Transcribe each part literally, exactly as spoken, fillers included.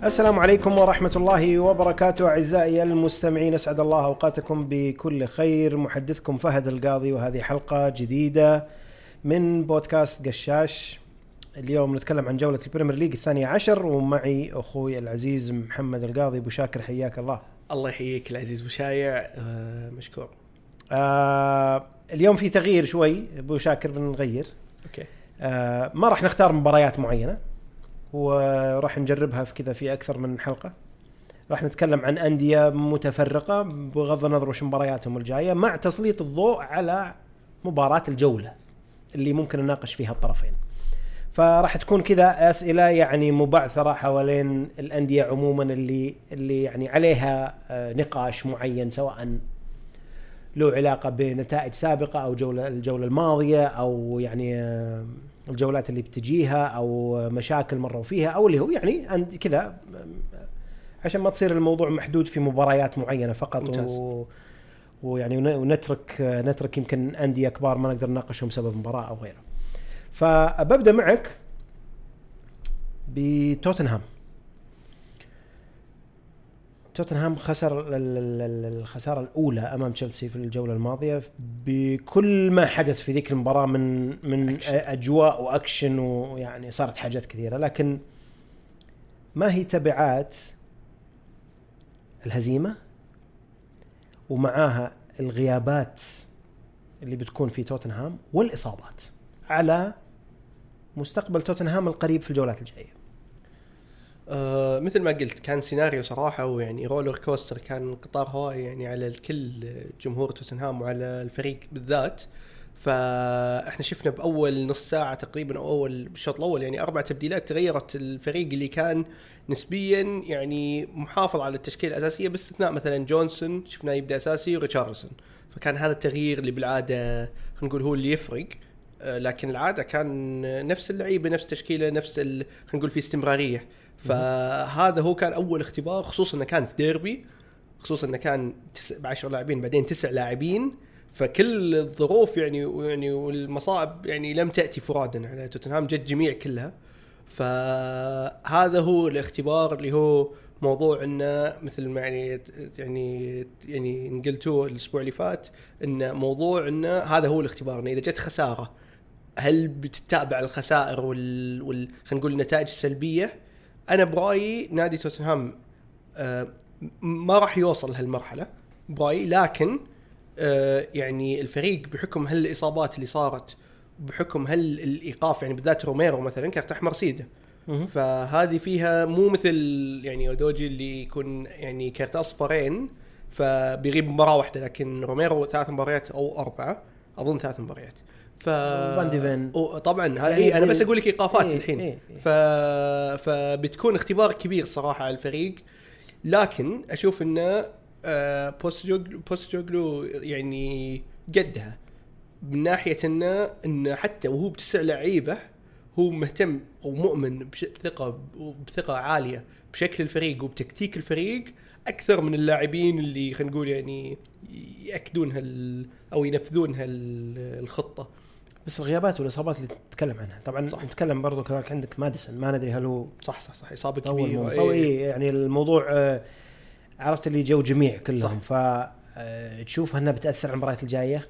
السلام عليكم ورحمة الله وبركاته أعزائي المستمعين، أسعد الله أوقاتكم بكل خير. محدثكم فهد القاضي، وهذه حلقة جديدة من بودكاست قشاش. اليوم نتكلم عن جولة البريمير ليج الثانية عشر، ومعي أخوي العزيز محمد القاضي. أبو شاكر حياك الله. الله يحييك العزيز بشايع. آه مشكور. آه اليوم في تغيير شوي أبو شاكر، بنغير. أوكي. آه ما راح نختار مباريات معينة، وراح نجربها في كذا في أكثر من حلقة. راح نتكلم عن أندية متفرقة بغض النظر وش مبارياتهم الجاية، مع تسليط الضوء على مباراة الجولة اللي ممكن نناقش فيها الطرفين. فراح تكون كذا أسئلة يعني مبعثرة حوالين الأندية عموما اللي اللي يعني عليها نقاش معين، سواء له علاقة بنتائج سابقة أو جولة الجولة الماضية، أو يعني الجولات اللي بتجيها، أو مشاكل مروا فيها، أو اللي هو يعني عند كذا، عشان ما تصير الموضوع محدود في مباريات معينة فقط. و... ويعني ونترك نترك يمكن أندية كبار ما نقدر نناقشهم بسبب مباراة أو غيره. فأبدأ معك بتوتنهام. توتنهام خسر الخسارة الأولى أمام تشيلسي في الجولة الماضية، بكل ما حدث في ذيك المباراة من من أكشن. أجواء وأكشن، ويعني صارت حاجات كثيرة. لكن ما هي تبعات الهزيمة ومعاها الغيابات اللي بتكون في توتنهام والإصابات على مستقبل توتنهام القريب في الجولات الجاية؟ آه مثل ما قلت، كان سيناريو صراحة، ويعني رولر كوستر، كان قطار هوائي يعني على الكل، جمهور توتنهام وعلى الفريق بالذات. فاحنا شفنا بأول نص ساعة تقريبا أو أول بالشوط الأول يعني أربع تبديلات تغيرت الفريق اللي كان نسبيا يعني محافظ على التشكيلة الأساسية، باستثناء مثلا جونسون شفناه يبدأ أساسي وريتشاردسون. فكان هذا التغيير اللي بالعادة خلينا نقول هو اللي يفرق، لكن العادة كان نفس اللعيبة نفس التشكيلة نفس خلينا نقول في استمرارية. فهذا هو كان أول اختبار، خصوصا أنه كان في ديربي، خصوصا أنه كان بعشر لاعبين بعدين تسع لاعبين. فكل الظروف يعني ويعني والمصائب يعني لم تأتي فرادا على توتنهام، جت جميع كلها. فهذا هو الاختبار اللي هو موضوع إنه مثل ما يعني يعني يعني نقلتوه الأسبوع اللي فات، إنه موضوع إنه هذا هو الاختبار، إنه إذا جت خسارة هل بتتابع الخسائر وال, وال... خلينا نقول النتائج السلبية. أنا برأيي نادي توتنهام آه ما راح يوصل لهالمرحلة برأيي، لكن آه يعني الفريق بحكم هالإصابات اللي صارت، بحكم هالإيقاف يعني بالذات روميرو مثلا كارت أحمر سيدة، فهذه فيها مو مثل يعني أودوجي اللي يكون يعني كارت أصفرين فبيغيب مباراة واحدة، لكن روميرو ثلاث مباريات أو أربعة أظن ثلاث مباريات. ف طبعا هذه يعني انا بس اقول لك ايقافات إيه الحين إيه إيه. ف... فبتكون اختبار كبير صراحه على الفريق. لكن اشوف انه بوستجوغلو بوستجوغلو يعني قدها من ناحيه انه انه حتى وهو بتسع لعيبه هو مهتم ومؤمن بثقه وبثقه عاليه بشكل الفريق وبتكتيك الفريق اكثر من اللاعبين اللي خلينا نقول يعني ياكدون هال او ينفذون هالخطه. بس الغيابات والإصابات اللي تتكلم عنها طبعا صح. نتكلم برضو كذلك عندك ماديسون، ما ندري هل هو صح صح صح إصابة كبيرة إيه. يعني الموضوع آه عرفت اللي جو جميع كلهم، فتشوف أنها بتأثر على المباريات الجاية،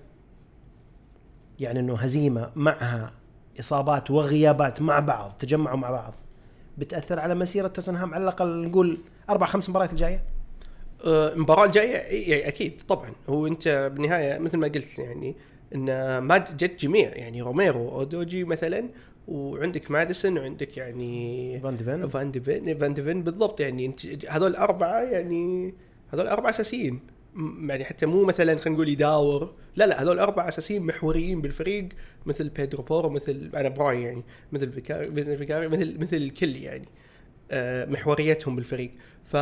يعني إنه هزيمة معها إصابات وغيابات مع بعض تجمعوا مع بعض بتأثر على مسيرة توتنهام على الأقل نقول أربع خمس مباريات الجاية. المباراة الجاية يعني أكيد طبعا، هو أنت بالنهاية مثل ما قلت يعني إن ما جت جميع يعني روميرو أودوجي مثلا، وعندك ماديسون وعندك يعني فان دي فين فان دي فين فان دي فين بالضبط. يعني انت هذول الأربعة يعني هذول أربعة أساسيين، يعني حتى مو مثلا خلينا نقول يداور، لا لا هذول أربعة أساسيين محوريين بالفريق، مثل بيدرو بورو، مثل أنا براي يعني مثل فيكاري مثل فيكاري مثل مثل الكل يعني محوريتهم بالفريق. ف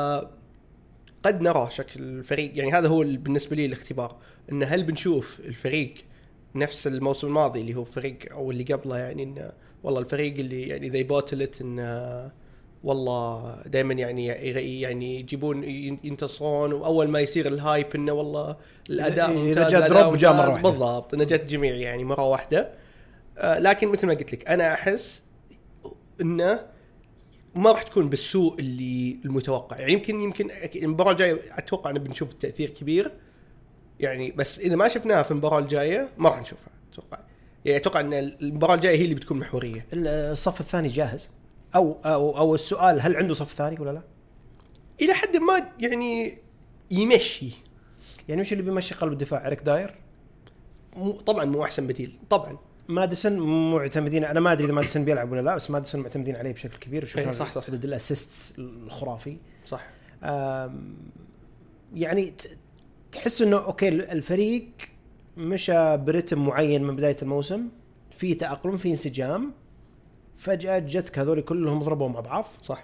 قد نرى شكل الفريق يعني هذا هو بالنسبة لي الاختبار، إن هل بنشوف الفريق نفس الموسم الماضي اللي هو فريق أو اللي قبله، يعني إن والله الفريق اللي يعني ذي بوتلت إن والله دائما يعني يعني يجيبون ينتصرون، وأول ما يصير الهايب إنه والله الأداء ممتاز الأداء بالضبط إنه جت جميع يعني مرة واحدة. آه لكن مثل ما قلت لك أنا أحس إنه ما راح تكون بالسوء اللي المتوقع. يعني يمكن يمكن المباراة الجاية أتوقع أن بنشوف التأثير كبير يعني، بس إذا ما شفناها في المباراة الجاية ما راح نشوفها أتوقع. يعني أتوقع أن المباراة الجاية هي اللي بتكون محورية. الصف الثاني جاهز أو أو أو السؤال هل عنده صف ثاني ولا لا؟ إلى حد ما يعني يمشي. يعني مش اللي بيمشي قلب الدفاع إريك داير؟ طبعا مو أحسن بديل طبعا. ماديسون معتمدين، انا ما ادري اذا ماديسون بيلعب ولا لا، بس ماديسون معتمدين عليه بشكل كبير. وشوفنا صح صح ضد الاسيستس الخرافي صح. يعني تحس انه اوكي الفريق مشى برتم معين من بدايه الموسم، في تاقلم في انسجام، فجاه جتك هذول كلهم ضربوا مع بعض. صح.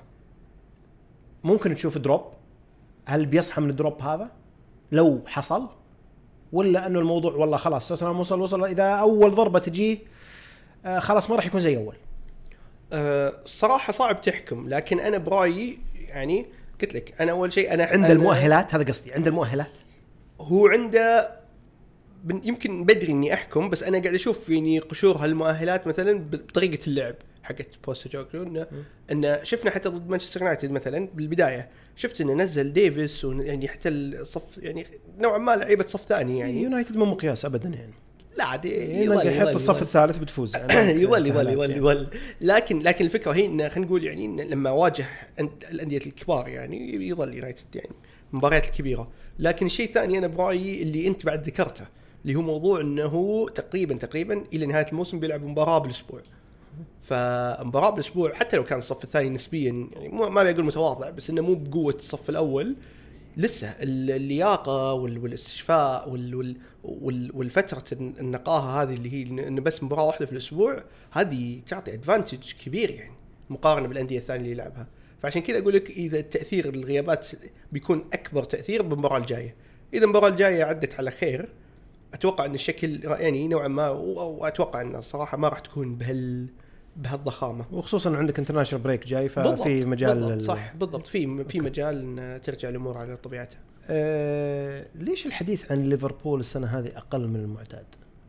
ممكن تشوف دروب. هل بيصحى من الدروب هذا لو حصل، ولا انه الموضوع والله خلاص توتنهام وصل وصل اذا اول ضربه تجي آه خلاص ما راح يكون زي اول؟ أه صراحه صعب تحكم، لكن انا برايي يعني قلت لك انا اول شيء انا عند المؤهلات، هذا قصدي عند المؤهلات هو عنده يمكن بدري اني احكم، بس انا قاعد اشوف يعني قشور هالمؤهلات مثلا بطريقه اللعب حقت بوست جوكلو انه ان شفنا حتى ضد مانشستر يونايتد مثلا بالبدايه شفت انه نزل ديفيس يعني حتى الصف يعني نوعا ما لعيبه صف ثاني. يعني يونايتد مو مقياس ابدا يعني لا عادي يعني يحط الصف الثالث بتفوز يعني يولي يولي يولي يولي لكن لكن الفكره هي ان خلينا نقول يعني إن لما واجه الانديه الكبار يعني يظل يونايتد يعني مباريات الكبيره. لكن الشيء الثاني انا برايي اللي انت بعد ذكرته اللي هو موضوع انه تقريبا تقريبا الى نهايه الموسم بيلعب مباراه بالاسبوع. فمباراه بالاسبوع حتى لو كان الصف الثاني نسبيا يعني ما بيقول متواضع، بس انه مو بقوه الصف الاول لسه اللياقه والاستشفاء والفتره النقاهه هذه اللي هي انه بس مباراه واحده في الاسبوع هذه تعطي ادفانتج كبير يعني مقارنه بالانديه الثانيه اللي يلعبها. فعشان كذا اقول لك اذا التاثير الغيابات بيكون اكبر تاثير بالمباراه الجايه. اذا المباراه الجايه عدت على خير اتوقع ان الشكل يعني نوعا ما، واتوقع ان الصراحه ما راح تكون بهال بهالضخامه، وخصوصا عندك انترناشونال بريك جاي ففي بالضبط مجال بالضبط صح بالضبط في في مجال ان ترجع الامور على طبيعتها. أه ليش الحديث عن ليفربول السنه هذه اقل من المعتاد؟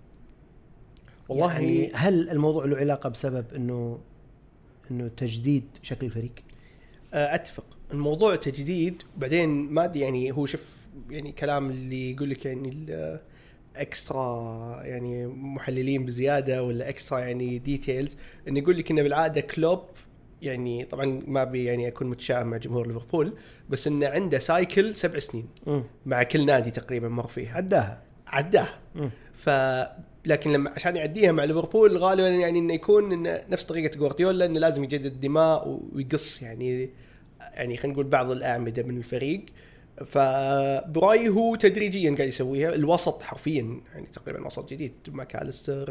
والله يعني هل الموضوع له علاقه بسبب انه انه تجديد شكل الفريق؟ اتفق الموضوع تجديد، بعدين ما يعني هو شوف يعني كلام اللي يقول لك يعني اكسترا يعني محللين بزياده ولا اكسترا يعني ديتيلز انه يقول لك انه بالعاده كلوب يعني طبعا ما بي يعني اكون متشائم مع جمهور ليفربول، بس انه عنده سايكل سبع سنين م. مع كل نادي تقريبا مر فيها عداها عداها ف لكن لما عشان يعديها مع ليفربول غالبا يعني انه يكون إنه نفس طريقه جوارديولا انه لازم يجدد دماء ويقص يعني يعني خلينا نقول بعض الاعمده من الفريق. فبرايي هو تدريجيا قاعد يسويها. الوسط حرفيا يعني تقريبا وسط جديد، ماكاليستر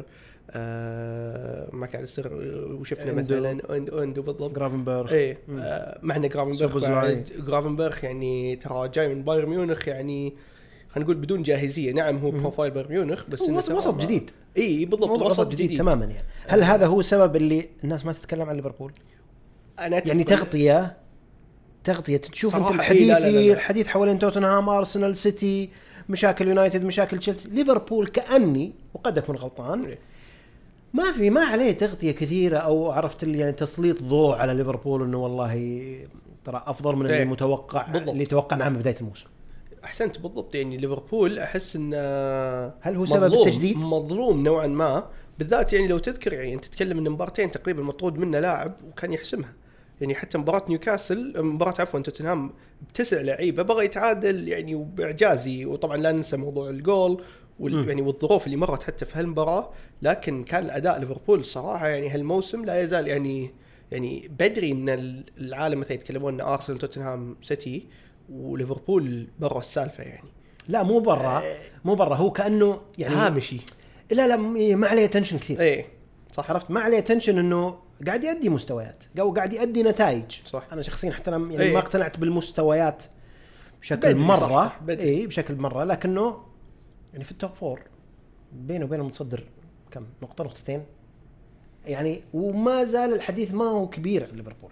آه ماكاليستر وشفنا مثلا اندو بالضبط جرافنبرغ ايه آه معنا جرافنبرغ جرافنبرغ يعني ترى جاي من بايرن ميونخ يعني خلينا نقول بدون جاهزيه. نعم هو بروفايل بايرن ميونخ بس انه وسط جديد. اي بالضبط وسط, وسط جديد, جديد تماما يعني. هل آه. هذا هو سبب اللي الناس ما تتكلم عن ليفربول؟ أنا يعني تغطيه تغطيه تشوف انت الحديث لا لا لا لا. الحديث حوالين توتنهام ارسنال سيتي مشاكل يونايتد مشاكل تشيلسي ليفربول كاني وقد اكون غلطان ما في ما عليه تغطيه كثيره او عرفت اللي يعني تسليط ضوء على ليفربول انه والله ترى افضل من المتوقع اللي توقعناه من بدايه الموسم. احسنت بالضبط يعني ليفربول احس ان هل هو سبب التجديد مظلوم نوعا ما بالذات يعني لو تذكر يعني انت تتكلم ان مبارتين تقريبا مطرود منه لاعب وكان يحسمها يعني حتى مباراة نيوكاسل مباراة عفوا توتنهام بتسع لعيبة بغى يتعادل يعني وبإعجازي. وطبعا لا ننسى موضوع الجول وال يعني والظروف اللي مرت حتى في هالمباراة، لكن كان الأداء ليفربول صراحة يعني هالموسم لا يزال يعني يعني بدري ان العالم مثلا يتكلمون ان ارسنال توتنهام سيتي وليفربول برا السالفة يعني. لا مو برا مو برا هو كأنه يعني هامشي. لا لا ما عليه تنشن كثير. ايه صح عرفت ما عليه تنشن انه قاعد يؤدي مستويات او قاعد يؤدي نتائج. صح. انا شخصيا حتى أنا يعني أيه. ما اقتنعت بالمستويات بشكل مره صح صح اي بشكل مره، لكنه يعني في التوب فور بينه وبين المتصدر كم نقطه نقطتين يعني، وما زال الحديث ما هو كبير عن ليفربول.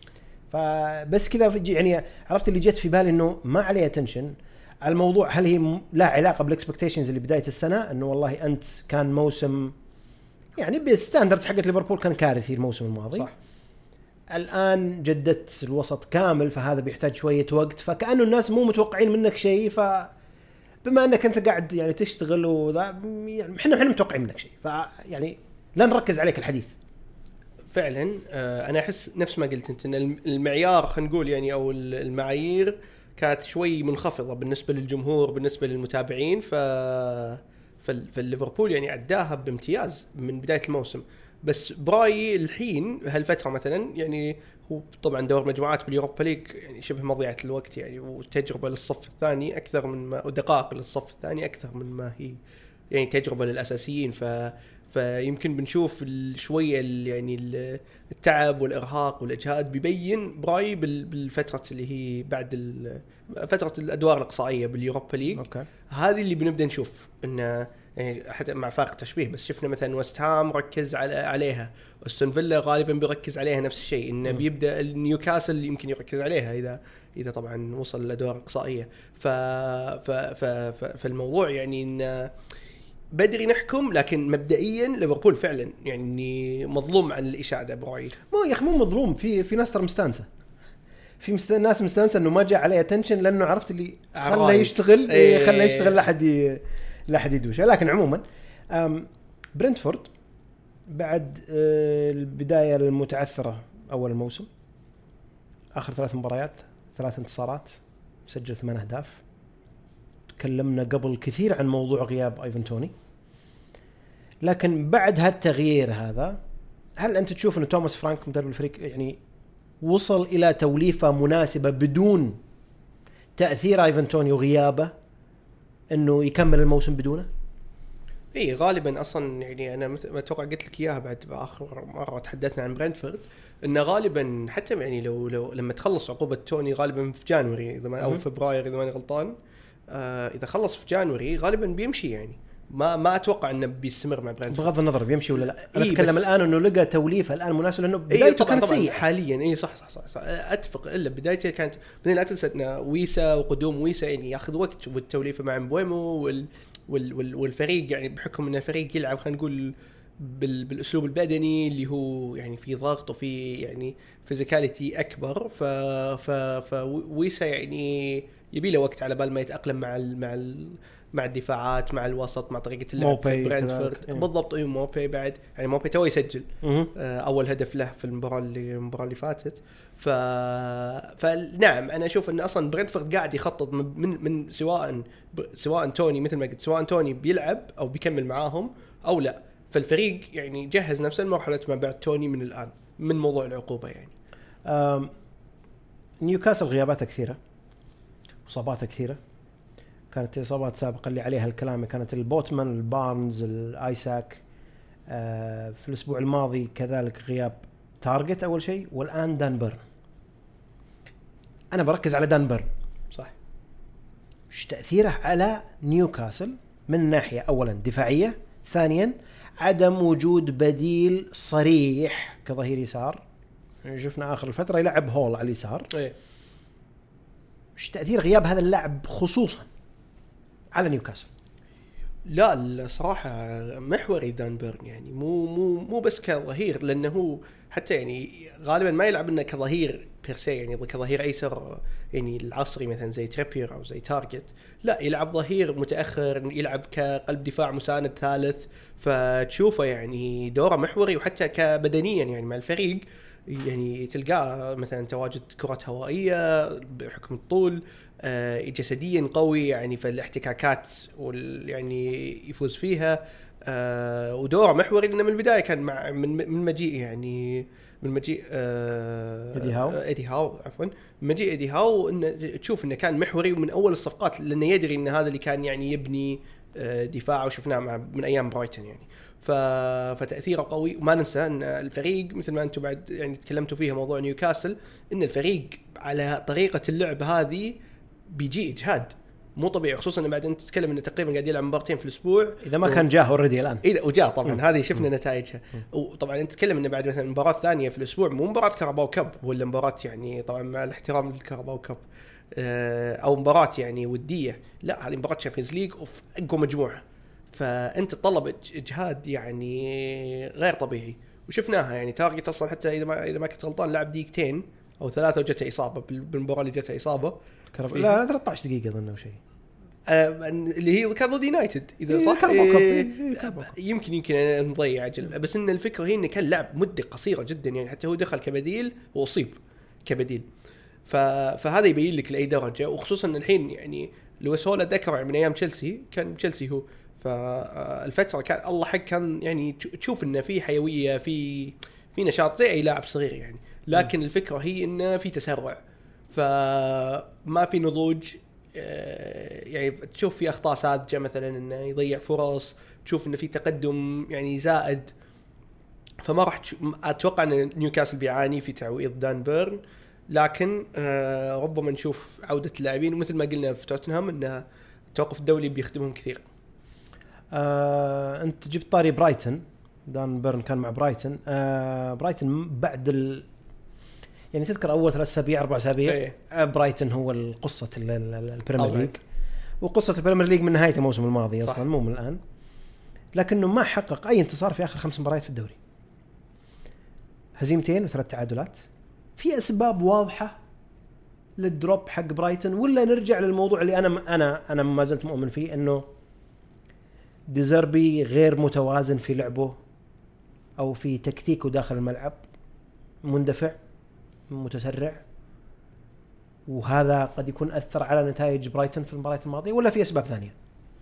فبس كذا يعني عرفت اللي جت في بالي انه ما عليه تنشن على الموضوع. هل هي لا علاقه بالاكسبكتيشنز اللي بدايه السنه انه والله انت كان موسم يعني بالستاندردز حقت ليفربول كان كارثي الموسم الماضي صح. الآن جددت الوسط كامل، فهذا بيحتاج شوية وقت، فكأنه الناس مو متوقعين منك شيء، فبما أنك أنت قاعد يعني تشتغل وذا يعني إحنا إحنا متوقعين منك شيء، فيعني لا نركز عليك الحديث. فعلا أنا أحس نفس ما قلت أنت إن المعيار خلينا نقول يعني أو المعايير كانت شوي منخفضة بالنسبة للجمهور بالنسبة للمتابعين، ف فالليفربول يعني أداها بامتياز من بداية الموسم. بس برايي الحين هالفترة مثلا يعني هو طبعا دور مجموعات باليوروبا ليج يعني شبه مضيعة الوقت يعني، والتجربة للصف الثاني أكثر من ما ودقائق للصف الثاني أكثر من ما هي يعني تجربة للأساسيين. ف فيمكن بنشوف شوية يعني التعب والإرهاق والإجهاد بيبين براي بالفترة اللي هي بعد فترة الأدوار الإقصائية باليوروبا ليج. أوكي. هذه اللي بنبدأ نشوف إنه يعني حتى مع فارق تشبيه، بس شفنا مثلا وست هام ركز على عليها، أستون فيلا غالبا بيركز عليها نفس الشيء، إنه م. بيبدأ نيوكاسل يمكن يركز عليها إذا إذا طبعا وصل للأدوار الإقصائية. ف ف ف فالموضوع يعني إن بدري نحكم، لكن مبدئيا ليفربول فعلا يعني مظلوم عن الإشادة برايي. مو يا أخي مو مظلوم، في في ناس ترى مستانسة، في مست... ناس مستانسة إنه ما جاء عليه اتنشن لأنه عرفت اللي خلى يشتغل إيه خلى يشتغل لحد ي... لحد يدوش. لكن عموما برنتفورد بعد البداية المتعثرة أول الموسم، آخر ثلاث مباريات ثلاث انتصارات، سجل ثمان أهداف. تكلمنا قبل كثير عن موضوع غياب ايفان توني، لكن بعد هالتغيير هذا هل أنت تشوف أن توماس فرانك مدرب الفريق يعني وصل إلى توليفة مناسبة بدون تأثير ايفان توني وغيابه أنه يكمل الموسم بدونه؟ إيه غالبا أصلا يعني أنا متوقع قلت لك إياها بعد آخر مرة تحدثنا عن برنتفورد، إنه غالبا حتى يعني لو لو لما تخلص عقوبة توني غالبا في جانوري إذا ما أو فبراير إذا ماني غلطان، آه إذا خلص في جانوري غالبا بيمشي يعني ما ما أتوقع إنه بيستمر مع برنتفورد بغض النظر بيمشي ولا لا. أنا إيه أتكلم الآن إنه لقى توليفة الآن مناسب لأنه بدايته إيه كانت سيئة حاليا. إيه صح صح صح, صح. أتفق إلا بدايته كانت بدنا لا تنسى إن ويسا وقدوم ويسا يعني يأخذ وقت، والتوليفة مع مبويمو وال وال وال والفريق يعني بحكم إنه فريق يلعب خلينا نقول بال بالأسلوب البدني اللي هو يعني في ضغط وفي يعني فيزيكاليتي أكبر، ف ف فويسا يعني يبي له وقت على بال ما يتأقلم مع ال مع ال مع الدفاعات مع الوسط مع طريقة اللعب في برنتفورد. بالضبط أي موبي بعد يعني موبي تو يسجل أول هدف له في المباراة اللي المباراة اللي فاتت. ف فنعم أنا أشوف إن أصلا برنتفورد قاعد يخطط من من سواء سواء توني مثل ما قلت سواء توني بيلعب أو بيكمل معاهم أو لا، فالفريق يعني جهز نفسه لمرحلة ما بعد توني من الآن من موضوع العقوبة يعني. نيوكاسل غياباتها كثيرة، إصابات كثيرة، كانت إصابات سابقة اللي عليها الكلام كانت البوتمان البارنز الآيساك. آه في الأسبوع الماضي كذلك غياب تارجت أول شيء، والآن دان بيرن. أنا بركز على دان بيرن صح. إيش تأثيره على نيوكاسل من ناحية أولا دفاعية، ثانيا عدم وجود بديل صريح كظهير يسار. شفنا آخر الفترة يلعب هول على اليسار. إيه. إيش تأثير غياب هذا اللاعب خصوصا على نيوكاسل؟ لا الصراحة محوري دان بيرن يعني مو مو مو بس كظهير، لأنه حتى يعني غالبا ما يلعب إنه كظهير بيرسي يعني كظهير أيسر يعني العصري مثلا زي تريبير أو زي تارجت، لا يلعب ظهير متأخر، يلعب كقلب دفاع مساند ثالث، فتشوفه يعني دوره محوري. وحتى كبدنيا يعني مع الفريق يعني تلقاه مثلا تواجد كرات هوائية بحكم الطول، آه جسديا قوي يعني في الاحتكاكات يعني يفوز فيها، آه ودوره محوري لأنه من البداية كان مع من من مجيء يعني من مجيء آه إيدي هاو إيدي هاو عفوا من مجيء إيدي هاو إنه تشوف إنه كان محوري من أول الصفقات، لأنه يدري إن هذا اللي كان يعني يبني آه دفاع، وشفناه مع من أيام برايتون يعني. فتأثيره قوي. وما ننسى أن الفريق مثل ما أنتم بعد يعني تكلمتوا فيها موضوع نيوكاسل، إن الفريق على طريقة اللعب هذه بيجي إجهاد مو طبيعي، خصوصا إن بعد أنت تتكلم إنه تقريبا قاعد يلعب مباراتين في الأسبوع إذا ما و... كان جاه أوريدي الآن إذا وجاء طبعا م. هذه شفنا م. نتائجها. م. وطبعا أنت تتكلم إنه بعد مثلا مباراة ثانية في الأسبوع مو مباراة كاراباو كاب ولا مباراة يعني طبعا مع الاحترام للكاراباو كاب أو مباراة يعني ودية، لا هذه مباراة شامبيونز ليج وفي أقوى مجموعة، فأنت تطلب إجهاد يعني غير طبيعي. وشفناها يعني تارجت اصلا حتى اذا ما اذا ما كنت غلطان لعب دقيقتين او ثلاثه وجته اصابه بالمباراه اللي جته اصابه. كرف... لا ثلاثة عشر دقيقه اظن او شيء آه اللي هي كان ضد يونايتد اذا إيه صح. إيه إيه يمكن يمكن انا مضيع عجل، بس ان الفكره هي انه كان لعب مده قصيره جدا يعني حتى هو دخل كبديل واصيب كبديل. ف... فهذا يبين لك لاي درجه، وخصوصا الحين يعني لويس هول ذكر من ايام تشيلسي كان تشيلسي هو، فالفتره كان الله حق كان يعني تشوف انه في حيويه في في نشاط زي اي لاعب صغير يعني، لكن م. الفكره هي انه في تسرع فما في نضوج يعني، تشوف في اخطاء ساذجه مثلا انه يضيع فرص، تشوف انه في تقدم يعني زائد. فما راح اتوقع ان نيوكاسل بيعاني في تعويض دان بيرن، لكن آه ربما نشوف عودة اللاعبين، ومثل ما قلنا في توتنهام ان التوقف الدولي بيخدمهم كثير. آه انت جبت طاري برايتون، دان بيرن كان مع برايتون. آه برايتون بعد ال... يعني تذكر اول ثلاث اسابيع اربع اسابيع ايه. آه برايتون هو القصه البريمير ليج، وقصه البريمير ليج من نهايه الموسم الماضي اصلا مو من الان، لكنه ما حقق اي انتصار في اخر خمس مباريات في الدوري، هزيمتين وثلاث تعادلات. في اسباب واضحه للدروب حق برايتون، ولا نرجع للموضوع اللي انا انا انا ما زلت مؤمن فيه انه ديزيربي غير متوازن في لعبه او في تكتيكه داخل الملعب، مندفع متسرع، وهذا قد يكون اثر على نتائج برايتون في المباريات الماضيه، ولا في اسباب ثانيه؟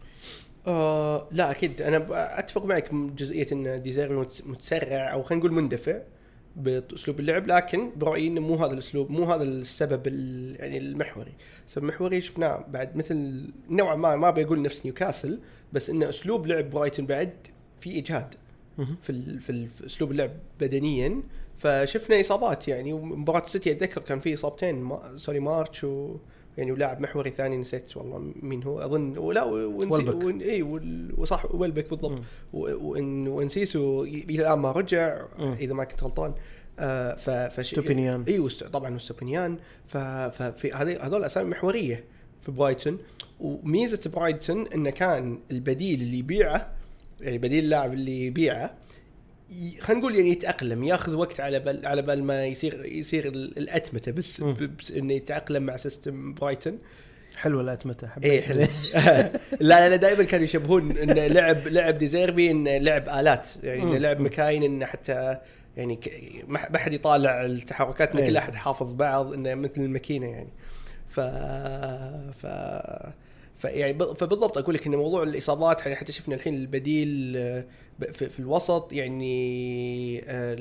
آه لا اكيد انا اتفق معك جزئيه ان ديزيربي متسرع او خلينا نقول مندفع باسلوب اللعب، لكن برايي انه مو هذا الاسلوب، مو هذا السبب يعني المحوري. السبب المحوري شفناه بعد مثل نوعا ما ما بيقول نفس نيوكاسل، بس انه اسلوب لعب برايتون بعد في اجهاد في في اسلوب اللعب بدنيا، فشفنا اصابات يعني. ومباراه السيتي اتذكر كان في اصابتين ما سوري مارتش و يعني ولاعب محوري ثاني نسيت والله مين هو، اظن ولا ونسي اي وصح ويلبك بالضبط، وان ونسيسو الى الان ما رجع م. اذا ما كنت غلطان. آه ففش ستوبينيان اي طبعا وستوبينيان. ففي هذه هذول اسامي محوريه في برايتون، وميزه برايتون انه كان البديل اللي يبيعه يعني بديل اللاعب اللي يبيعه خلينا نقول يعني يتأقلم، ياخذ وقت على بال على بال ما يصير يصير الأتمتة، بس, بس إنه يتأقلم مع سيستم برايتون. حلو الأتمتة إيه حلو. لا لا دائما كانوا يشبهون إن لعب لعب ديزيربي إن لعب آلات يعني إن لعب مكاين، إن حتى يعني ما حد يطالع التحركات، إن كل أحد حافظ بعض، إنه مثل الماكينة يعني. ف ف فيعني فبالضبط اقول لك ان موضوع الاصابات يعني حتى شفنا الحين البديل في, في الوسط يعني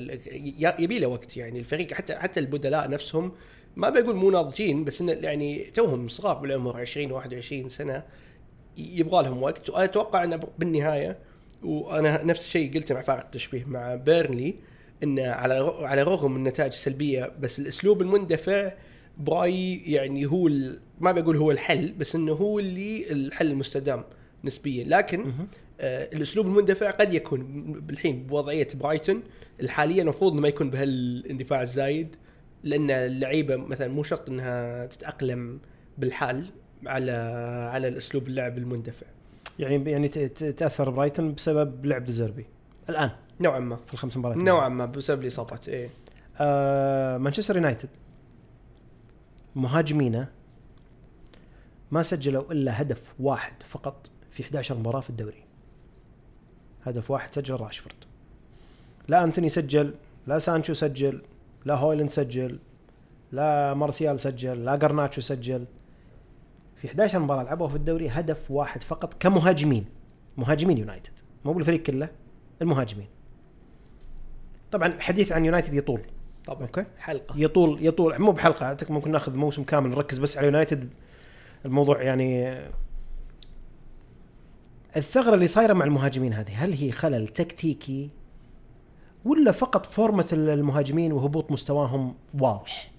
يبي له وقت يعني الفريق، حتى حتى البدلاء نفسهم ما بقول مو ناضجين، بس انه يعني توهم صغار بالعمر عشرين واحد وعشرين سنه، يبغى لهم وقت. واتوقع ان بالنهايه، وانا نفس الشيء قلته مع فارق التشبيه مع بيرنلي، ان على على رغم النتائج السلبيه بس الاسلوب المندفع براي يعني هو ما بقول هو الحل، بس انه هو اللي الحل المستدام نسبيا. لكن آه الاسلوب المندفع قد يكون بالحين بوضعيه برايتون الحاليه المفروض ما يكون بهالاندفاع الزايد، لان اللعيبه مثلا مو شرط انها تتاقلم بالحال على على الاسلوب اللعب المندفع. يعني يعني تاثر برايتون بسبب لعب ديزيربي الان نوعا ما في الخمس مباريات نوعا ما بسبب الاصابات. ايه آه مانشستر يونايتد مهاجمينه ما سجلوا إلا هدف واحد فقط في إحدى عشرة مباراة في الدوري. هدف واحد سجل راشفورد، لا أنتوني سجل، لا سانشو سجل، لا هويلند سجل، لا مارسيال سجل، لا غرناتشو سجل. في إحدى عشرة مباراة لعبوا في الدوري هدف واحد فقط كمهاجمين، مهاجمين يونايتد مو بالفريق كله، المهاجمين. طبعا الحديث عن يونايتد يطول طبعا أوكي. حلقة يطول يطول مو بحلقة، أعتقد ممكن ناخذ موسم كامل نركز بس على يونايتد. الموضوع يعني الثغرة اللي صايرة مع المهاجمين هذه، هل هي خلل تكتيكي ولا فقط فورمة المهاجمين وهبوط مستواهم واضح؟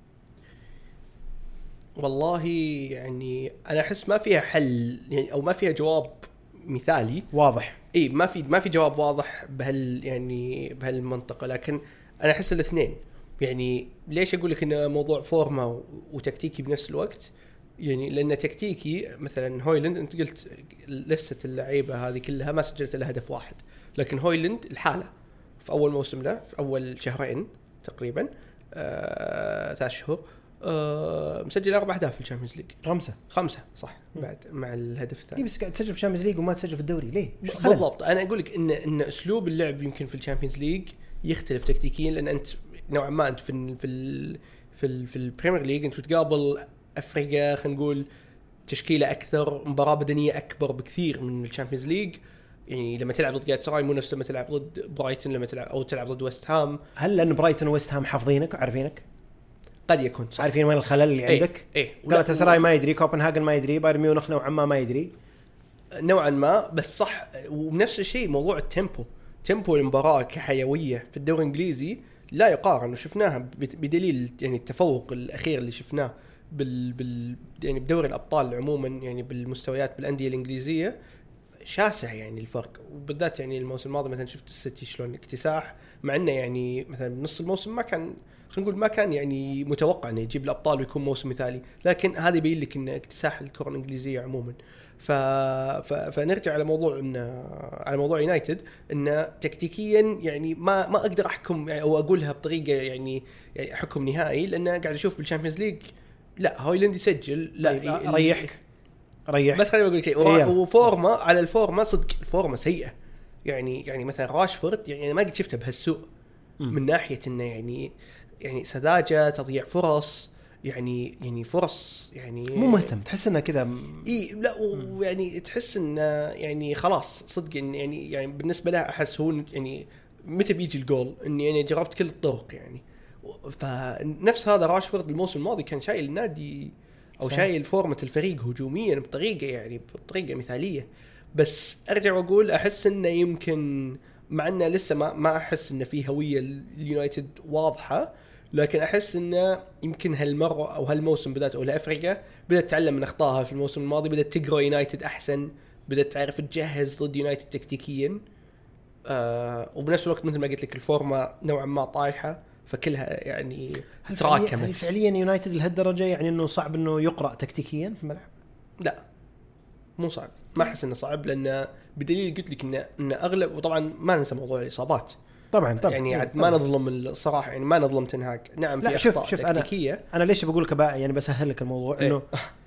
والله يعني أنا أحس ما فيها حل يعني، أو ما فيها جواب مثالي واضح. إيه ما في ما في جواب واضح بهال يعني بهالمنطقة، لكن أنا أحس الاثنين يعني. ليش أقول لك إنه موضوع فورمة وتكتيكي بنفس الوقت؟ يعني لأن تكتيكي مثلا هويلند أنت قلت لسه اللعيبة هذه كلها ما سجلت إلا هدف واحد، لكن هويلند الحالة في اول موسم له في اول شهرين تقريبا آه، ثلاث شهور آه، مسجل اربع اهداف في الشامبيونز ليج. خمسه خمسه صح بعد مع الهدف الثاني. بس قاعد تسجل في الشامبيونز ليج وما تسجل في الدوري ليه؟ بالضبط انا اقول لك ان ان اسلوب اللعب يمكن في الشامبيونز ليج يختلف تكتيكيا لان انت نوعا ما انت في ال في ال في ال في البريمير ليج انت بتقابل افريقيا خلينا نقول تشكيله اكثر مباراه بدنيه اكبر بكثير من الشامبيونز ليج. يعني لما تلعب ضد جالاتاسراي مو نفس لما تلعب ضد برايتون لما تلعب او تلعب ضد ويست هام. هل لان برايتون وويست هام حافظينك وعارفينك؟ قد يكون صح. عارفين وين الخلل اللي ايه عندك. ايه جالاتاسراي ما يدري، كوبنهاغن ما يدري، بايرن ميونخ نوعا ما ما يدري نوعا ما بس صح. ونفس الشيء موضوع التيمبو تيمبو المباراه كحيويه في الدوري الانجليزي لا يقارن وشفناها بدليل يعني التفوق الاخير اللي شفناه بال, بال يعني بدوري الابطال عموما يعني بالمستويات بالانديه الانجليزيه شاسع يعني الفرق. وبالذات يعني الموسم الماضي مثلا شفت السيتي شلون اكتساح مع انه يعني مثلا نص الموسم ما كان خلينا نقول ما كان يعني متوقع انه يجيب الابطال ويكون موسم مثالي لكن هذا يبين لك ان اكتساح الكره الانجليزيه عموما. ف... ف... فنرجع على موضوع ان على موضوع يونايتد ان تكتيكيا يعني ما ما اقدر احكم يعني او اقولها بطريقه يعني يعني حكم نهائي لان قاعد اشوف بالشامبيونز ليج لا هويلاند يسجل لا ريحك ريح. بس خليني اقول لك شيء وفورما على الفورما صدق الفورما سيئه يعني يعني مثلا راشفورد يعني ما قد شفته بهالسوء من ناحيه انه يعني يعني سذاجه تضييع فرص يعني يعني فرص يعني مو مهتم تحس انه كذا اي لا ويعني تحس انه يعني خلاص صدق يعني يعني بالنسبه له احس هو يعني متى بيجي الجول اني يعني جربت كل الطرق يعني. فنفس هذا راشفورد الموسم الماضي كان شايل النادي او صح. شايل فورمه الفريق هجوميا بطريقه يعني بطريقه مثاليه. بس ارجع واقول احس انه يمكن مع انه لسه ما ما احس انه في هويه اليونايتد واضحه لكن احس انه يمكن هالمره او هالموسم بدات اولى افريقيا بدات تتعلم من اخطائها في الموسم الماضي بدات تقرا يونايتد احسن بدات تعرف تجهز ضد يونايتد تكتيكيا آه وبنفس الوقت مثل ما قلت لك الفورمه نوعا ما طايحه فكلها يعني تراكمت. هل فعليا يونايتد لهالدرجه يعني انه صعب انه يقرا تكتيكيا في الملعب؟ لا مو صعب ما احس انه صعب لان بدليل قلت لك ان ان اغلب وطبعا ما ننسى موضوع الاصابات طبعا طبعا يعني عاد ما نظلم الصراحه يعني ما نظلم تنهاج نعم في اخطاء شوف تكتيكيه. انا انا ليش بقول لك بقى يعني بسهل لك الموضوع انه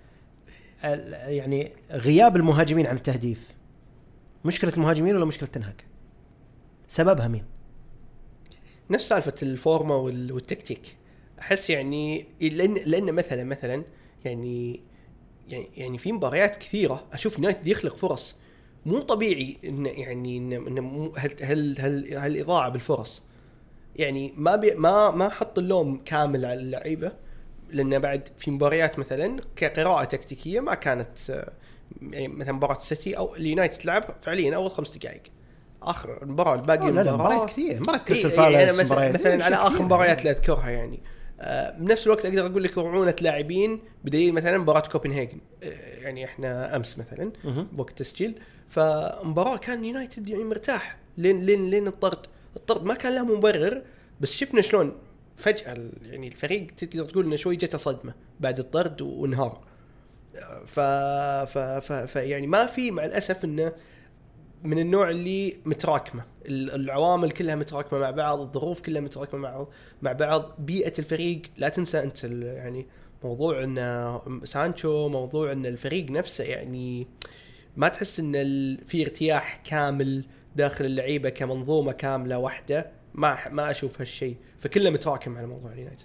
يعني غياب المهاجمين عن التهديف مشكله المهاجمين ولا مشكله تنهاج؟ سببها مين؟ نفس سالفه الفورمه والتكتيك احس يعني لان لان مثلا مثلا يعني يعني يعني في مباريات كثيره اشوف يونايتد يخلق فرص مو طبيعي ان يعني ان هل هل هل هالاضاعه بالفرص يعني ما بي ما ما حط اللوم كامل على اللعيبه لان بعد في مباريات مثلا كقراءه تكتيكيه ما كانت يعني مثلا مباراه السيتي او اليونايتد لعب فعليا اول خمس دقائق اخر المباراه الباقي المباراه كثير مباراه كريستال بالاس يعني مثلا, مثلاً على اخر مباريات اللي اذكرها يعني آه بنفس الوقت اقدر اقول لك رعونه لاعبين بدليل مثلا مباراه كوبنهاغن آه يعني احنا امس مثلا بوقت تسجيل فمباراه كان يونايتد يعني مرتاح لين لين لين الطرد الطرد ما كان له مبرر بس شفنا شلون فجاه يعني الفريق تقدر تقول انه شوي جته صدمه بعد الطرد وانهار. ف ف ف, ف يعني ما في مع الاسف انه من النوع اللي متراكمه العوامل كلها متراكمه مع بعض الظروف كلها متراكمه مع مع بعض بيئه الفريق لا تنسى انت يعني موضوع ان سانشو موضوع ان الفريق نفسه يعني ما تحس ان في ارتياح كامل داخل اللعيبه كمنظومه كامله واحده ما ما اشوف هالشيء فكله متراكم على موضوع اليونايتد.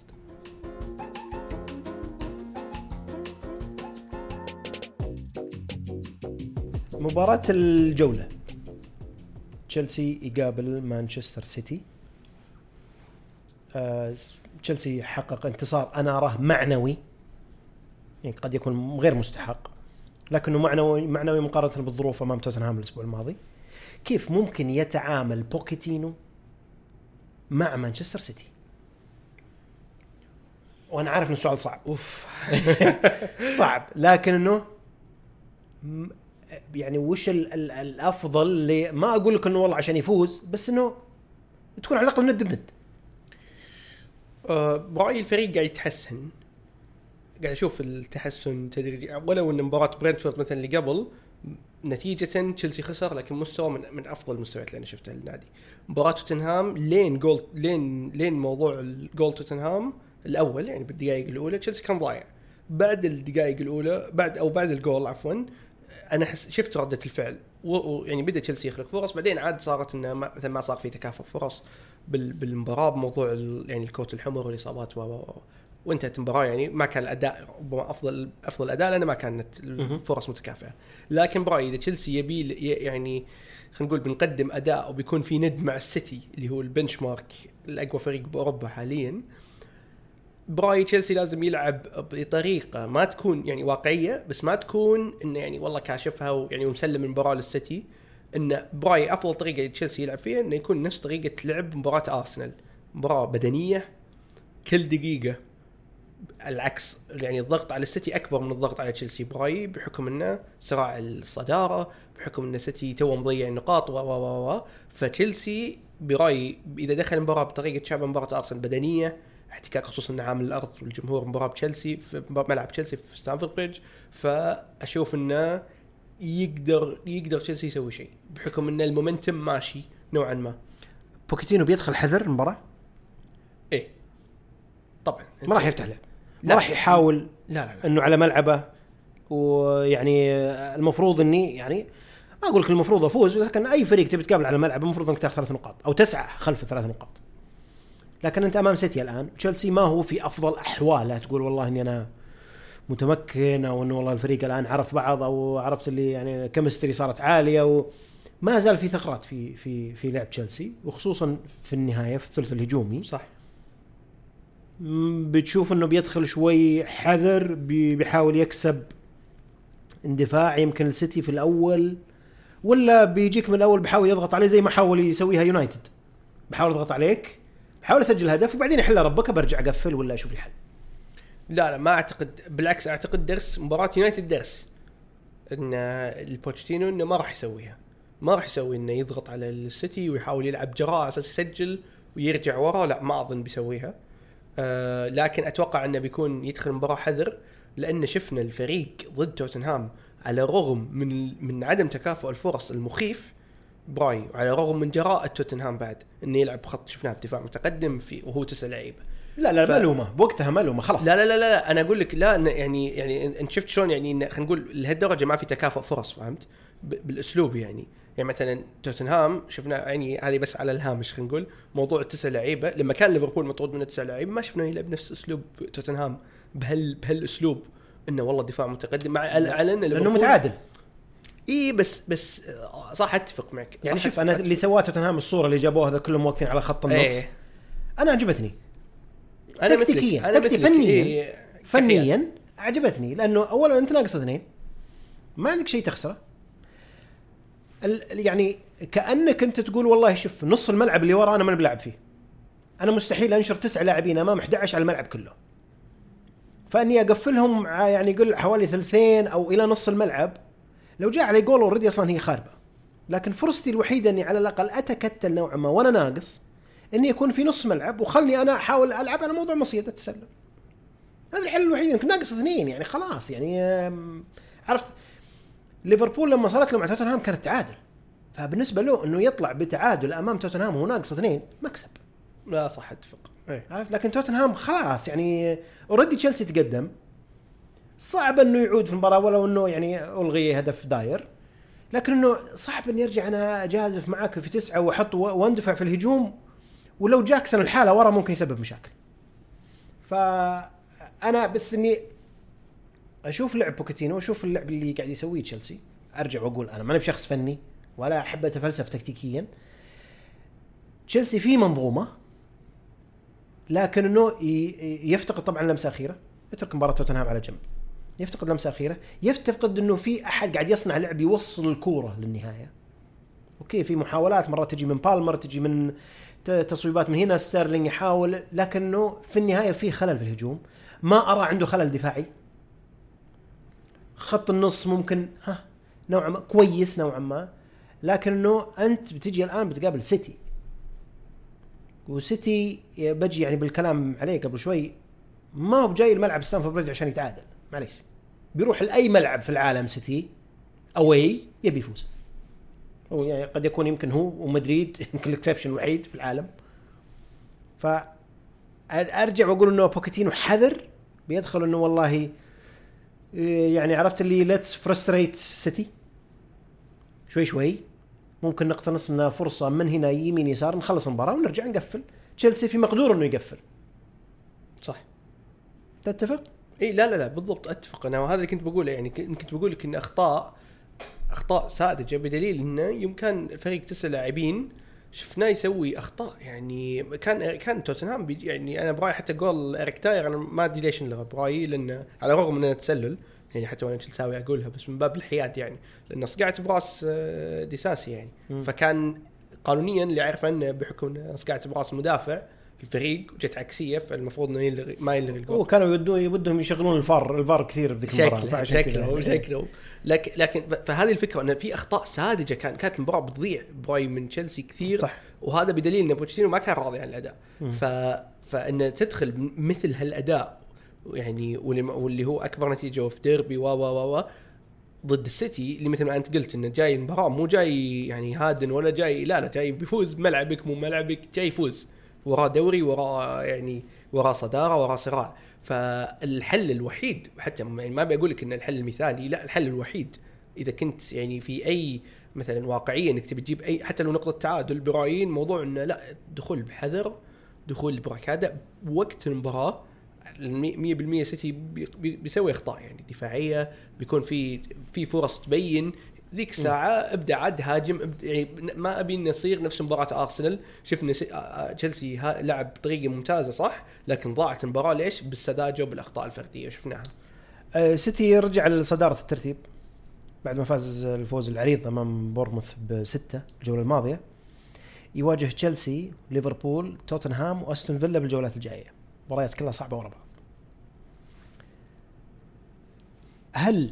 مباراة الجولة تشيلسي يقابل مانشستر سيتي. آه، تشيلسي حقق انتصار أنا أراه معنوي يعني قد يكون غير مستحق لكنه معنوي معنوي مقارنة بالظروف أمام توتنهام الأسبوع الماضي. كيف ممكن يتعامل بوكيتينو مع مانشستر سيتي؟ وأنا عارف إنه سؤال صعب أوف صعب لكن إنه يعني وش الأفضل اللي ما أقول لك إنه والله عشان يفوز بس إنه تكون على الأقل ند بند. أه برأيي الفريق قاعد يتحسن قاعد أشوف التحسن تدريجي ولو إن مباراة برينتفورد مثلا اللي قبل نتيجة تشيلسي خسر، لكن مستوى من من افضل المستويات اللي انا شفتها للنادي. مباراة توتنهام لين جول لين لين موضوع الجول توتنهام الاول يعني بالدقائق الاولى تشيلسي كان ضايع. بعد الدقائق الاولى بعد او بعد الجول عفوا انا حس شفت ردة الفعل ويعني بدا تشيلسي يخلق فرص. بعدين عاد صارت انه مثل ما صار في تكافؤ فرص بالمباراة بموضوع يعني الكوت الحمر والاصابات و وانتهت المباراة. يعني ما كان الاداء افضل افضل اداء لانه ما كانت الفرص متكافئة. لكن برايي اذا تشيلسي يبي يعني خلينا نقول بنقدم اداء وبيكون في ند مع السيتي اللي هو البنش مارك الاقوى فريق باوروبا حاليا، برايي تشيلسي لازم يلعب بطريقه ما تكون يعني واقعيه، بس ما تكون انه يعني والله كاشفها ويعني ومسلم المباراه للسيتي. انه برايي افضل طريقه تشيلسي يلعب فيها انه يكون نفس طريقه لعب مباراه ارسنال، مباراه بدنيه كل دقيقه. العكس يعني الضغط على السيتي اكبر من الضغط على تشيلسي برايي، بحكم انه صراع الصداره، بحكم ان السيتي تو مضيع النقاط و و و فتشيلسي برايي اذا دخل المباراه بطريقه شبه مباراه ارسنال بدنيه، احتكاك خصوصا ان عامل الارض والجمهور مباراه تشيلسي في ملعب تشيلسي في ستانفورد بريدج، فاشوف انه يقدر يقدر تشيلسي يسوي شيء بحكم ان المومنتم ماشي نوعا ما. بوكيتينو بيدخل حذر المباراه؟ ايه طبعا ما راح يفتح له، ما راح يحاول. لا لا, لا. انه على ملعبه، ويعني المفروض اني يعني ما اقول لك المفروض افوز، بس كان اي فريق تبي تقابل على ملعبه المفروض انك تاخذ ثلاث نقاط او تسعه خلف ثلاث نقاط. لكن انت امام سيتي الان، تشيلسي ما هو في افضل احواله تقول والله اني انا متمكن، او انه والله الفريق الان عرف بعض، او عرفت اللي يعني كيمستري صارت عاليه، وما زال في ثغرات في في في لعب تشيلسي، وخصوصا في النهايه في الثلث الهجومي. صح بتشوف انه بيدخل شوي حذر، بيحاول يكسب اندفاع يمكن السيتي في الاول، ولا بيجيك من الاول بيحاول يضغط عليه زي ما حاول يسويها يونايتد، بحاول يضغط عليك، بحاول اسجل هدف وبعدين يحل ربك برجع اقفل ولا اشوف الحل. لا لا ما اعتقد، بالعكس اعتقد درس مباراة يونايتد درس ان البوتشيتينو انه ما راح يسويها، ما راح يسوي انه يضغط على السيتي ويحاول يلعب جراء اساس يسجل ويرجع ورا، لا ما اظن بيسويها. آه لكن اتوقع انه بيكون يدخل مباراة حذر، لان شفنا الفريق ضد توتنهام على الرغم من من عدم تكافؤ الفرص المخيف براي، وعلى الرغم من جراءة توتنهام بعد انه يلعب بخط شفناه بدفاع متقدم في وهو تسع لعيبه. لا لا ف... ملومه بوقتها ملومه خلاص. لا لا لا لا انا اقول لك لا يعني يعني انت شفت شلون يعني خلينا نقول لهالدرجه ما في تكافؤ فرص، فهمت بالاسلوب يعني. يعني مثلا توتنهام شفنا يعني هذه بس على الهامش، خلينا نقول موضوع التسع لعيبه لما كان ليفربول مطرود من التسع لعيبه ما شفنا يلعب نفس اسلوب توتنهام بهال بهالاسلوب، انه والله دفاع متقدم مع على انه لانه متعادل. اي بس بس صح اتفق معك يعني شوف انا اللي سواه توتنهام الصوره اللي جابوها هذا كلهم واقفين على خط النص ايه. انا عجبتني انا تكتيكيا انا فنيا إيه فنيا عجبتني، لانه اولا انت ناقص اثنين ما عندك شيء تخسره، يعني كانك انت تقول والله شوف نص الملعب اللي ورا انا ما بلعب فيه، انا مستحيل انشر تسع لاعبين امام احد عشر على الملعب كله، فاني اقفلهم يعني يقول حوالي ثلثين او الى نص الملعب، لو جاء علي جول اوريدي اصلا هي خاربه. لكن فرصتي الوحيده اني على الاقل اتكتل نوعا ما وانا ناقص اني يكون في نص ملعب وخلني انا احاول العب على موضوع مصيده التسلل. هذا الحل الوحيد، انك ناقص اثنين يعني خلاص. يعني عرفت ليفربول لما صارت له مع توتنهام كانت تعادل، فبالنسبه له انه يطلع بتعادل امام توتنهام وهو ناقص اثنين مكسب. لا صح اتفق ايه عرفت. لكن توتنهام خلاص يعني اوريدي تشيلسي تقدم، صعب انه يعود في المباراه ولو انه يعني الغي هدف داير، لكن انه صعب ان يرجع انا اجازف معاك في تسعة واحط واندفع في الهجوم، ولو جاكسون الحاله ورا ممكن يسبب مشاكل. فانا بس اني اشوف لعب بوكيتينو واشوف اللعب اللي قاعد يسويه تشيلسي، ارجع واقول انا ما انا بشخص فني ولا احب اتفلسف تكتيكيا. تشيلسي في منظومه، لكن انه يفتقد طبعا لمسه اخيره، اترك مباراه توتنهام على جنب، يفتقد لمسه اخيره، يفتقد انه في احد قاعد يصنع لعب يوصل الكوره للنهايه. اوكي في محاولات مرات تجي من بالمر، تجي من تصويبات من هنا، ستيرلينج يحاول، لكنه في النهايه في خلل في الهجوم، ما ارى عنده خلل دفاعي. خط النص ممكن ها نوعا ما كويس نوعا ما، لكنه انت بتجي الان بتقابل سيتي، وسيتي بجي يعني بالكلام عليه قبل شوي ما هو جاي الملعب ستانفورد بريدج عشان يتعادل، معليش بيروح لاي ملعب في العالم سيتي أوي يبي يفوز. هو يعني قد يكون يمكن هو ومدريد يمكن الاكسبشن الوحيد في العالم. فأرجع وأقول إنه بوكيتينو حذر بيدخل إنه والله يعني عرفت اللي let's frustrate سيتي شوي شوي، ممكن نقتنص لنا فرصة من هنا يمين يسار نخلص المباراة ونرجع نقفل. تشيلسي في مقدور إنه يقفل. صح. تتفق؟ إيه لا لا لا بالضبط أتفق أنا، وهذا اللي كنت بقوله يعني كنت بقول لك إن أخطاء أخطاء ساذجة، بدليل إنه يوم كان فريق تسع لاعبين شفناه يسوي أخطاء. يعني كان كان توتنهام يعني أنا براي حتى جول إريك داير أنا ما أدري ليش نلغى براي، لأن على الرغم من أنه تسلل يعني حتى وأنا تشيلساوي أقولها بس من باب الحياد يعني، لأنه صقعت براس ديساسي يعني م. فكان قانونيا اللي عارف أنه بحكم أنه صقعت براس المدافع الفريق وجت عكسية فالمفروض إنه يلغي ما يلغي الجول. وكانوا يدون يبدهم يشغلون الفار الفار كثير بذيك المباراة شكله شكله لكن لكن فهذه الفكرة أن في أخطاء ساذجة كان كانت المباراة بتضيع براي من تشيلسي كثير صح. وهذا بدليل إن بوتشيتينو ما كان راضي عن الأداء م. ف فإن تدخل مثل هالأداء يعني واللي هو أكبر نتيجة في ديربي و و و ضد السيتي اللي مثل ما أنت قلت إنه جاي المباراة مو جاي يعني هادن ولا جاي لا لا جاي بيفوز ملعبك مو ملعبك جاي يفوز وراء دوري وراء يعني وراء صدارة وراء صراع. فالحل الوحيد حتى يعني ما بقول لك إن الحل المثالي لا الحل الوحيد إذا كنت يعني في أي مثلا واقعية إنك تبي تجيب أي حتى لو نقطة تعادل برايين موضوع إنه لا دخول بحذر دخول بركادة وقت المباراة مية بالمية سيتي بيسوي أخطاء يعني دفاعية بيكون في في فرص تبين ذيك الساعة ابدأ عاد هاجم ابدأ يعني ما أبي نصير نفس مباراة أرسنال شفنا تشيلسي لعب بطريقة ممتازة صح لكن ضاعت المباراة ليش بالسذاجة وبالأخطاء الفردية شفناها. أه سيتي رجع لصدارة الترتيب بعد ما فاز الفوز العريض أمام بورموث بستة الجولة الماضية. يواجه تشيلسي ليفربول توتنهام وأستون فيلا بالجولات الجاية مباريات كلها صعبة ورا بعض. هل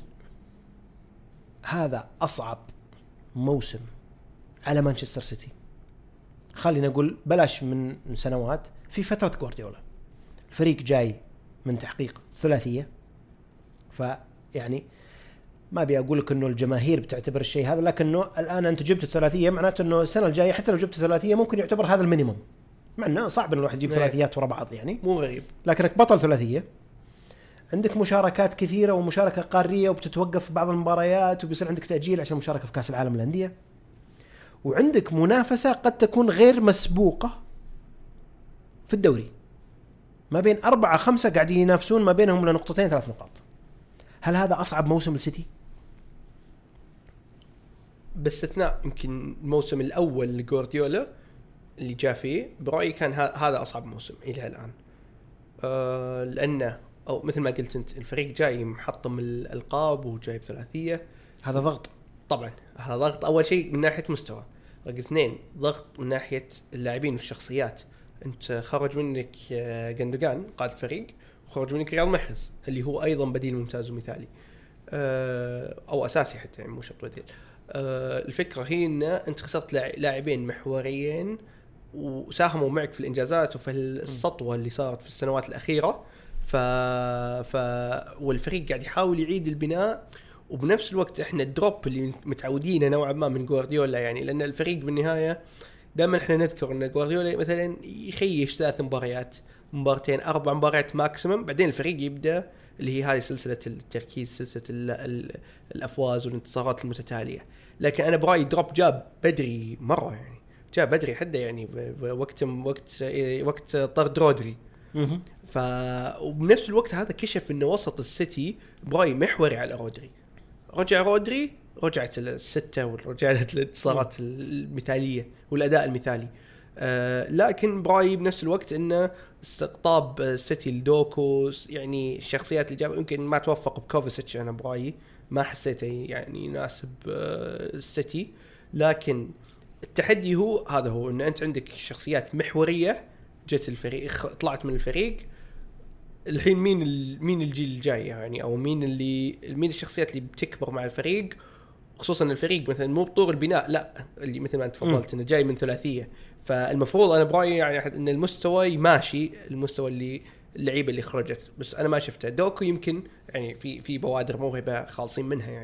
هذا أصعب موسم على مانشستر سيتي؟ خلينا نقول بلاش من سنوات في فترة جوارديولا الفريق جاي من تحقيق ثلاثية فيعني ما أبي أقول لك إنه الجماهير بتعتبر الشيء هذا لكنه الآن أنت جبت الثلاثية معناته إنه السنة الجاية حتى لو جبت ثلاثية ممكن يعتبر هذا المينيموم مع إنه صعب إن الواحد يجيب ثلاثيات ورا بعض يعني مو غريب لكنك بطل ثلاثية عندك مشاركات كثيرة ومشاركة قارية وبتتوقف في بعض المباريات وبيصير عندك تأجيل عشان مشاركة في كأس العالم للأندية وعندك منافسة قد تكون غير مسبوقة في الدوري ما بين أربعة خمسة قاعدين ينافسون ما بينهم لنقطتين ثلاث نقاط. هل هذا أصعب موسم للسيتي؟ باستثناء يمكن الموسم الأول لجوارديولا اللي جاء فيه برأيي كان هذا أصعب موسم إلى الآن أه لأنه أو مثل ما قلت أنت الفريق جاي محطم الألقاب وجايب ثلاثية هذا ضغط طبعا هذا ضغط أول شيء من ناحية مستوى رقم اثنين ضغط من ناحية اللاعبين والشخصيات. أنت خرج منك جندوغان قائد الفريق وخرج منك رياض محرز اللي هو أيضا بديل ممتاز ومثالي أه أو أساسي حتى يعني مو شرط بديل. أه الفكرة هي أن أنت خسرت لاعبين محوريين وساهموا معك في الإنجازات وفي السطوة اللي صارت في السنوات الأخيرة ف... ف... والفريق قاعد يحاول يعيد البناء وبنفس الوقت احنا الدروب اللي متعودين نوعا ما من جوارديولا يعني لأن الفريق بالنهاية دائما احنا نذكر ان جوارديولا مثلا يخيش ثلاث مباريات مبارتين أربع مباريات ماكسيمم بعدين الفريق يبدأ اللي هي هذه سلسلة التركيز سلسلة ال... ال... الأفواز والانتصارات المتتالية. لكن أنا برأيي دروب جاب بدري مرة يعني جاء بدري حده يعني وقت وقت وقت طرد رودري ف وبنفس الوقت هذا كشف انه وسط السيتي براي محوري على رودري رجع رودري رجعت الستة ورجعت الانتصارات المثالية والأداء المثالي. آه لكن براي بنفس الوقت انه استقطاب السيتي الدوكو يعني الشخصيات اللي جاب يمكن ما توفق بكوفاسيتش انا براي ما حسيته يعني يناسب آه السيتي. لكن التحدي هو هذا هو ان انت عندك شخصيات محوريه جت الفريق طلعت من الفريق الحين مين مين الجيل الجاي يعني او مين اللي مين الشخصيات اللي بتكبر مع الفريق خصوصا الفريق مثلا مو بطور البناء لا اللي مثل ما انت تفضلت انه جاي من ثلاثيه فالمفروض انا برايي يعني ان المستوى ماشي المستوى اللي اللعيبه اللي خرجت بس انا ما شفته دوكو يمكن يعني في في بوادر موهبه خالصين منها يعني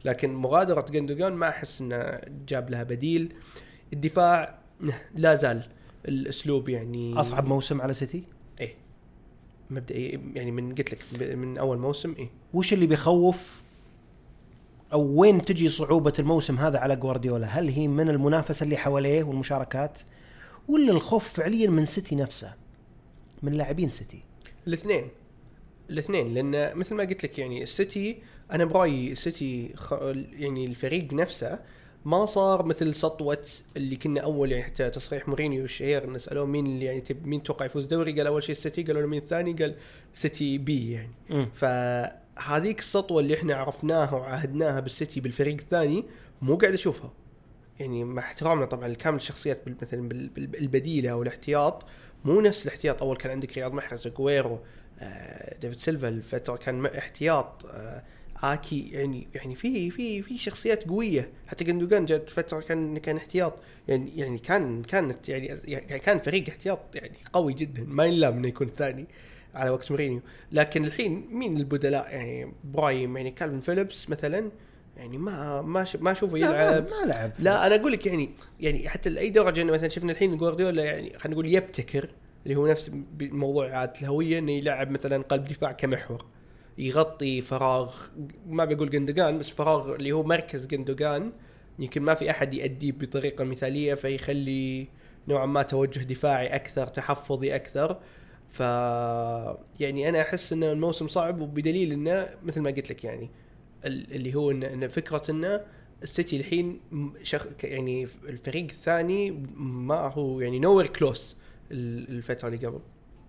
لكن مغادرة جندوجان ما أحس إنه جاب لها بديل. الدفاع لا زال الأسلوب يعني أصعب موسم على سيتي. إيه مبدئيا يعني من قلت لك من أول موسم. إيه وش اللي بيخوف أو وين تجي صعوبة الموسم هذا على غوارديولا؟ هل هي من المنافسة اللي حواليه والمشاركات، ولا الخوف فعليا من سيتي نفسه، من لاعبين سيتي؟ الاثنين الاثنين لأن مثل ما قلت لك يعني السيتي أنا برأيي السيتي خ... يعني الفريق نفسه ما صار مثل سطوة اللي كنا أول، يعني حتى تصريح مورينيو الشهير نسألوه مين اللي يعني تب مين توقع يفوز دوري، قال أول شيء السيتي، قالوا له مين الثاني، قال سيتي بي يعني م. فهذيك السطوة اللي إحنا عرفناها وعاهدناها بالسيتي بالفريق الثاني مو قاعد أشوفها. يعني مع احترامنا طبعا الكامل الشخصيات مثلا بالبديلة أو الاحتياط مو نفس الاحتياط. أول كان عندك رياض محرز، أغويرو، ديفيد سيلفا، الفترة كان احتياط آكي، يعني يعني في في في شخصيات قوية. حتى جندوجان جات فترة كان كان احتياط، يعني يعني كان كانت يعني, يعني كان فريق احتياط يعني قوي جدا، ما يلام انه يكون ثاني على وقت مورينيو. لكن الحين مين البدلاء؟ يعني برايم، يعني كالفين فيليبس مثلا، يعني ما ما ش... ما اشوفه يلعب، ما لعب. لا انا اقول لك يعني يعني حتى لاي درجه انه مثلا شفنا الحين غوارديولا يعني خلينا نقول يبتكر، اللي هو نفس موضوع عادة الهويه، انه يلعب مثلا قلب دفاع كمحور يغطي فراغ، ما بيقول جندوجان بس فراغ اللي هو مركز جندوجان يمكن ما في احد يؤديه بطريقه مثاليه، فيخلي نوعا ما توجه دفاعي اكثر، تحفظي اكثر. ف يعني انا احس ان الموسم صعب، وبدليل انه مثل ما قلت لك يعني اللي هو ان فكره انه السيتي الحين شخ... يعني الفريق الثاني ما هو يعني نوير كلوس الفتره اللي قبل.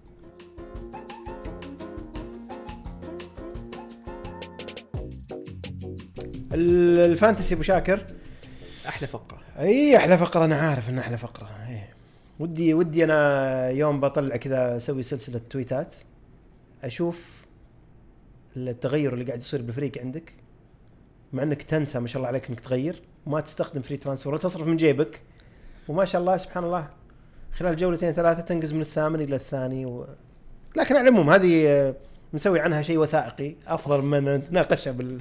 الفانتسي ابو شاكر احلى فقره. اي احلى فقره، انا عارف ان احلى فقره. اي ودي ودي انا يوم بطلع كذا اسوي سلسله تويتات اشوف التغير اللي قاعد يصير بالفريق عندك، مع انك تنسى ما شاء الله عليك انك تغير وما تستخدم فري ترانسفير وتصرف من جيبك، وما شاء الله سبحان الله خلال جولتين ثلاثه تنقز من الثامن الى الثاني و... لكن على العموم هذه نسوي عنها شيء وثائقي افضل من نتناقشها بال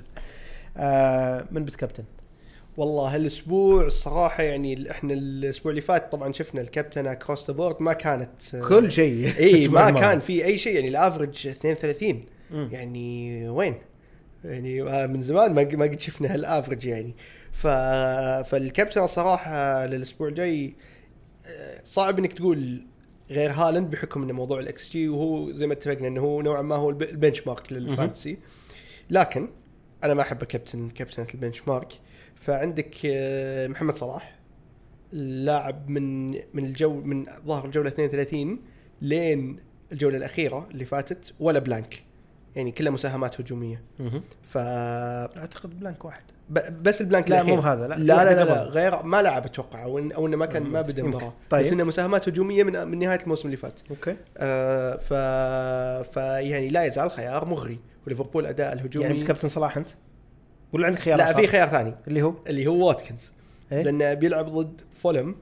آه من بيت كابتن. والله هالاسبوع الصراحه يعني احنا الاسبوع اللي فات طبعا شفنا الكابتن اكروس ذا بورد ما كانت كل شيء اي ما كان في اي شيء، يعني الافرج اثنين وثلاثين م. يعني وين يعني من زمان ما ما قد شفنا هالافرج يعني. ف فالكابتن الصراحه للاسبوع الجاي صعب انك تقول غير هالاند بحكم ان موضوع الاكس جي، وهو زي ما اتفقنا انه هو نوعا ما هو البنش مارك للفانتسي، لكن انا ما احب كابتن كابتن البنش مارك. فعندك محمد صلاح لاعب من من الجو من ظهر الجوله اثنين وثلاثين لين الجوله الاخيره اللي فاتت ولا بلانك، يعني كلها مساهمات هجوميه. ف اعتقد بلانك واحد ب... بس البلانك لا الأخير. مو هذا لا لا لا, لا, لا غير ما لعب اتوقع، او انه ما كان ما بدا مباراه. طيب. بس انه مساهمات هجوميه من من نهايه الموسم اللي فات. اوكي آه ف ف يعني لا يزال خيار مغري، وليفربول اداء الهجومي. يعني كابتن صلاح انت ولا عندك خيار؟ لا في خيار ثاني اللي هو اللي هو واتكنز، إيه؟ لانه بيلعب ضد فولم.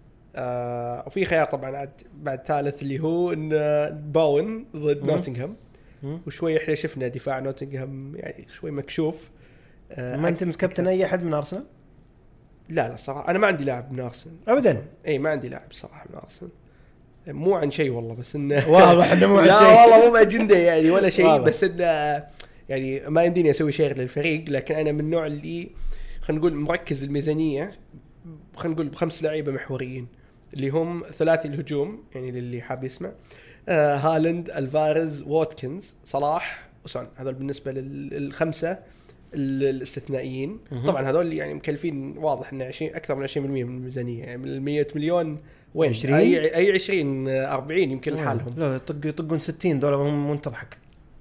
آه وفي خيار طبعا بعد ثالث اللي هو ان باون ضد نوتنغهام، وشوي احنا شفنا دفاع نوتنغهام يعني شوي مكشوف. آه ما انت متكابتن اي احد من ارسنال؟ لا لا الصراحه انا ما عندي لاعب من ارسنال ابدا. اي ما عندي لاعب صراحه من ارسنال، مو عن شيء والله، بس انه واضح انه مو عن شيء. لا والله مو باجنده يعني ولا شيء، بس انه يعني ما يمديني اسوي شير للفريق. لكن انا من النوع اللي خلينا نقول مركز الميزانيه، خلينا نقول بخمس لعيبه محوريين اللي هم ثلاثي الهجوم، يعني للي حاب يسمع آه هالاند، الفارز، واتكنز، صلاح، وسون. هذول بالنسبه للخمسه الاستثنائيين. طبعا هذول يعني مكلفين واضح انه عشرين اكثر من عشرين بالمئة من الميزانيه، يعني من المية مليون وين عشرين؟ اي اي عشرين أربعين يمكن لحالهم. لا يطق يطقون ستين دولار هم تضحك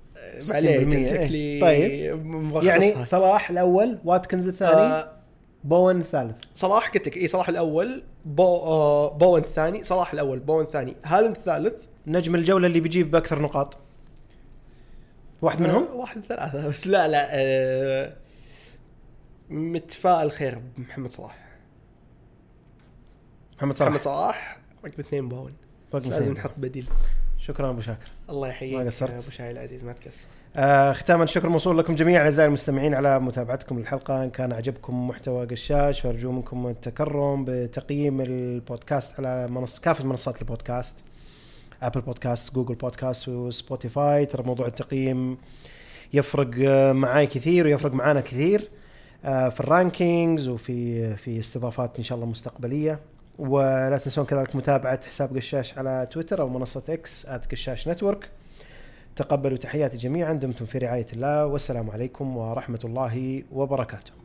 معليه. طيب يعني صلاح الاول، واتكنز الثاني، آه بوون الثالث. صلاح قلت لك اي صلاح الاول، بو آه بوون الثاني، صلاح الاول، بوون الثاني، هالاند الثالث. نجم الجوله اللي بيجيب باكثر نقاط واحد منهم؟ آه واحد ثلاثه بس. لا لا آه متفائل خير بمحمد صلاح. محمد صلاح محمد صلاح رقم اثنين بوون، لازم نحط بديل. شكرا ابو شاكر. الله يحييك ما قصرت ابو شاي العزيز، ما تقصر. آه ختاما الشكر موصول لكم جميعا اعزائي المستمعين على متابعتكم للحلقه. ان كان عجبكم محتوى قشاش فارجو منكم التكرم بتقييم البودكاست على منص كافه منصات البودكاست، ابل بودكاست، جوجل بودكاست، وسبوتيفاي. ترى موضوع التقييم يفرق معاي كثير ويفرق معانا كثير في الرانكينجز وفي في استضافات ان شاء الله مستقبليه. ولا تنسون كذلك متابعه حساب قشاش على تويتر او منصه اكس آت قشاش نتورك. تقبلوا تحياتي جميعا، دمتم في رعايه الله، والسلام عليكم ورحمه الله وبركاته.